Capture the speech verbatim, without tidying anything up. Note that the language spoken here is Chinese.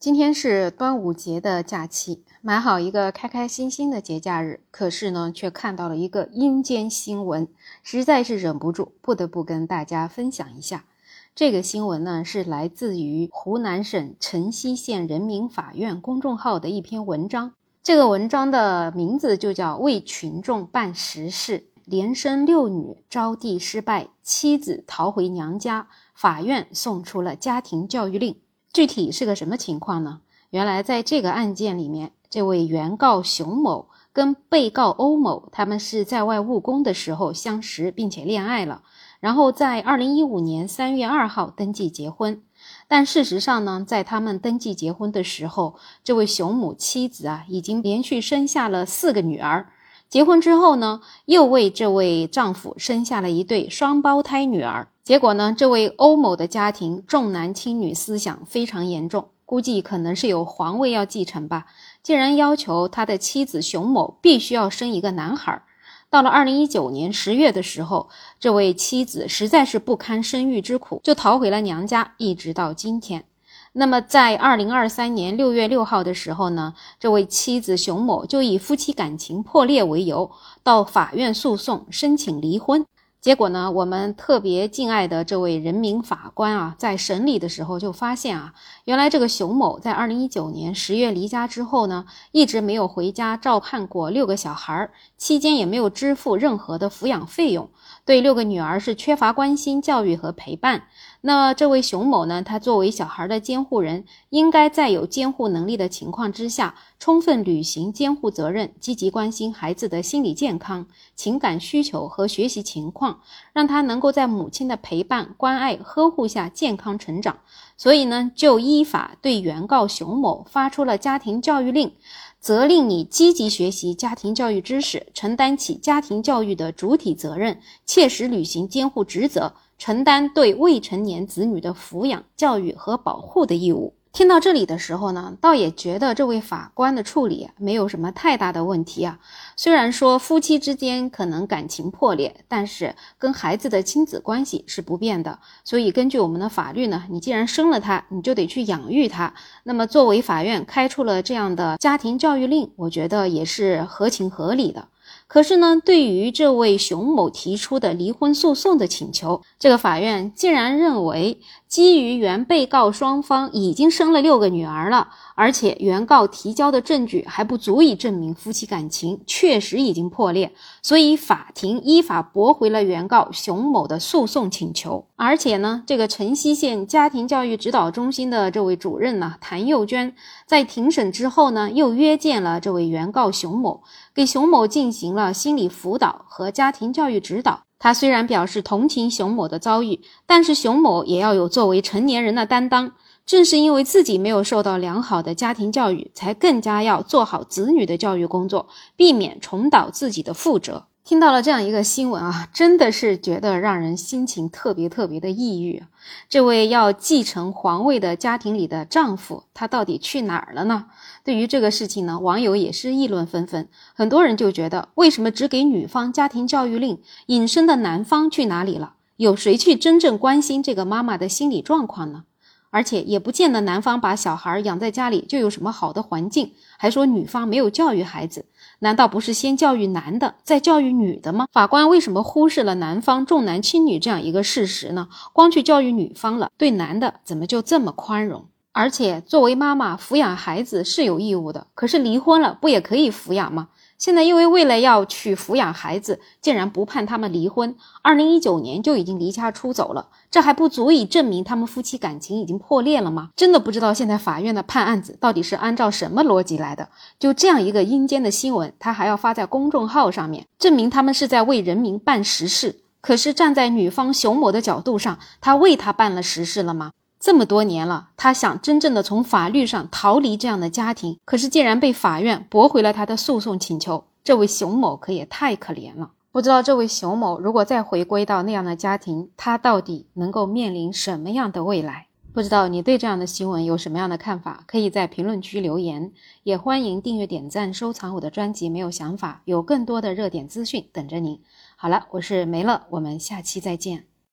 今天是端午节的假期，买好一个开开心心的节假日，可是呢，却看到了一个阴间新闻，实在是忍不住，不得不跟大家分享一下。这个新闻呢，是来自于湖南省辰溪县人民法院公众号的一篇文章。这个文章的名字就叫为群众办实事，连生六女，招娣失败，妻子逃回娘家，法院送出了家庭教育令。具体是个什么情况呢？原来在这个案件里面，这位原告熊某跟被告欧某，他们是在外务工的时候相识并且恋爱了，然后在二零一五年三月二号登记结婚。但事实上呢，在他们登记结婚的时候，这位熊母妻子啊，已经连续生下了四个女儿。结婚之后呢，又为这位丈夫生下了一对双胞胎女儿。结果呢，这位欧某的家庭重男轻女思想非常严重，估计可能是有皇位要继承吧，竟然要求他的妻子熊某必须要生一个男孩。到了二零一九年十月的时候，这位妻子实在是不堪生育之苦，就逃回了娘家，一直到今天。那么在二零二三年六月六号的时候呢，这位妻子熊某就以夫妻感情破裂为由，到法院诉讼申请离婚。结果呢，我们特别敬爱的这位人民法官啊，在审理的时候就发现啊，原来这个熊某在二零一九年十月离家之后呢，一直没有回家照看过六个小孩，期间也没有支付任何的抚养费用，对六个女儿是缺乏关心、教育和陪伴。那这位熊某呢，他作为小孩的监护人，应该在有监护能力的情况之下，充分履行监护责任，积极关心孩子的心理健康、情感需求和学习情况，让他能够在母亲的陪伴、关爱、呵护下健康成长。所以呢，就依法对原告熊某发出了家庭教育令，责令你积极学习家庭教育知识，承担起家庭教育的主体责任，切实履行监护职责，承担对未成年子女的抚养、教育和保护的义务。听到这里的时候呢，倒也觉得这位法官的处理没有什么太大的问题啊。虽然说夫妻之间可能感情破裂，但是跟孩子的亲子关系是不变的。所以根据我们的法律呢，你既然生了他，你就得去养育他。那么作为法院开出了这样的家庭教育令，我觉得也是合情合理的。可是呢，对于这位熊某提出的离婚诉讼的请求，这个法院竟然认为，基于原被告双方已经生了六个女儿了，而且原告提交的证据还不足以证明夫妻感情确实已经破裂，所以法庭依法驳回了原告熊某的诉讼请求。而且呢，这个辰溪县家庭教育指导中心的这位主任呢，谭幼娟，在庭审之后呢，又约见了这位原告熊某，给熊某进行了心理辅导和家庭教育指导。他虽然表示同情熊某的遭遇，但是熊某也要有作为成年人的担当，正是因为自己没有受到良好的家庭教育，才更加要做好子女的教育工作，避免重蹈自己的覆辙。听到了这样一个新闻啊，真的是觉得让人心情特别特别的抑郁。这位要继承皇位的家庭里的丈夫，他到底去哪儿了呢？对于这个事情呢，网友也是议论纷纷。很多人就觉得，为什么只给女方家庭教育令，隐身的男方去哪里了？有谁去真正关心这个妈妈的心理状况呢？而且也不见得男方把小孩养在家里就有什么好的环境，还说女方没有教育孩子，难道不是先教育男的再教育女的吗？法官为什么忽视了男方重男轻女这样一个事实呢？光去教育女方了，对男的怎么就这么宽容？而且作为妈妈抚养孩子是有义务的，可是离婚了不也可以抚养吗？现在因为为了要去抚养孩子，竟然不判他们离婚，二零一九年就已经离家出走了，这还不足以证明他们夫妻感情已经破裂了吗？真的不知道现在法院的判案子到底是按照什么逻辑来的。就这样一个阴间的新闻，他还要发在公众号上面，证明他们是在为人民办实事。可是站在女方熊某的角度上，他为他办了实事了吗？这么多年了，他想真正的从法律上逃离这样的家庭，可是竟然被法院驳回了他的诉讼请求，这位熊某可也太可怜了。不知道这位熊某如果再回归到那样的家庭，他到底能够面临什么样的未来？不知道你对这样的新闻有什么样的看法，可以在评论区留言，也欢迎订阅点赞收藏我的专辑没有想法，有更多的热点资讯等着您。好了，我是梅乐，我们下期再见。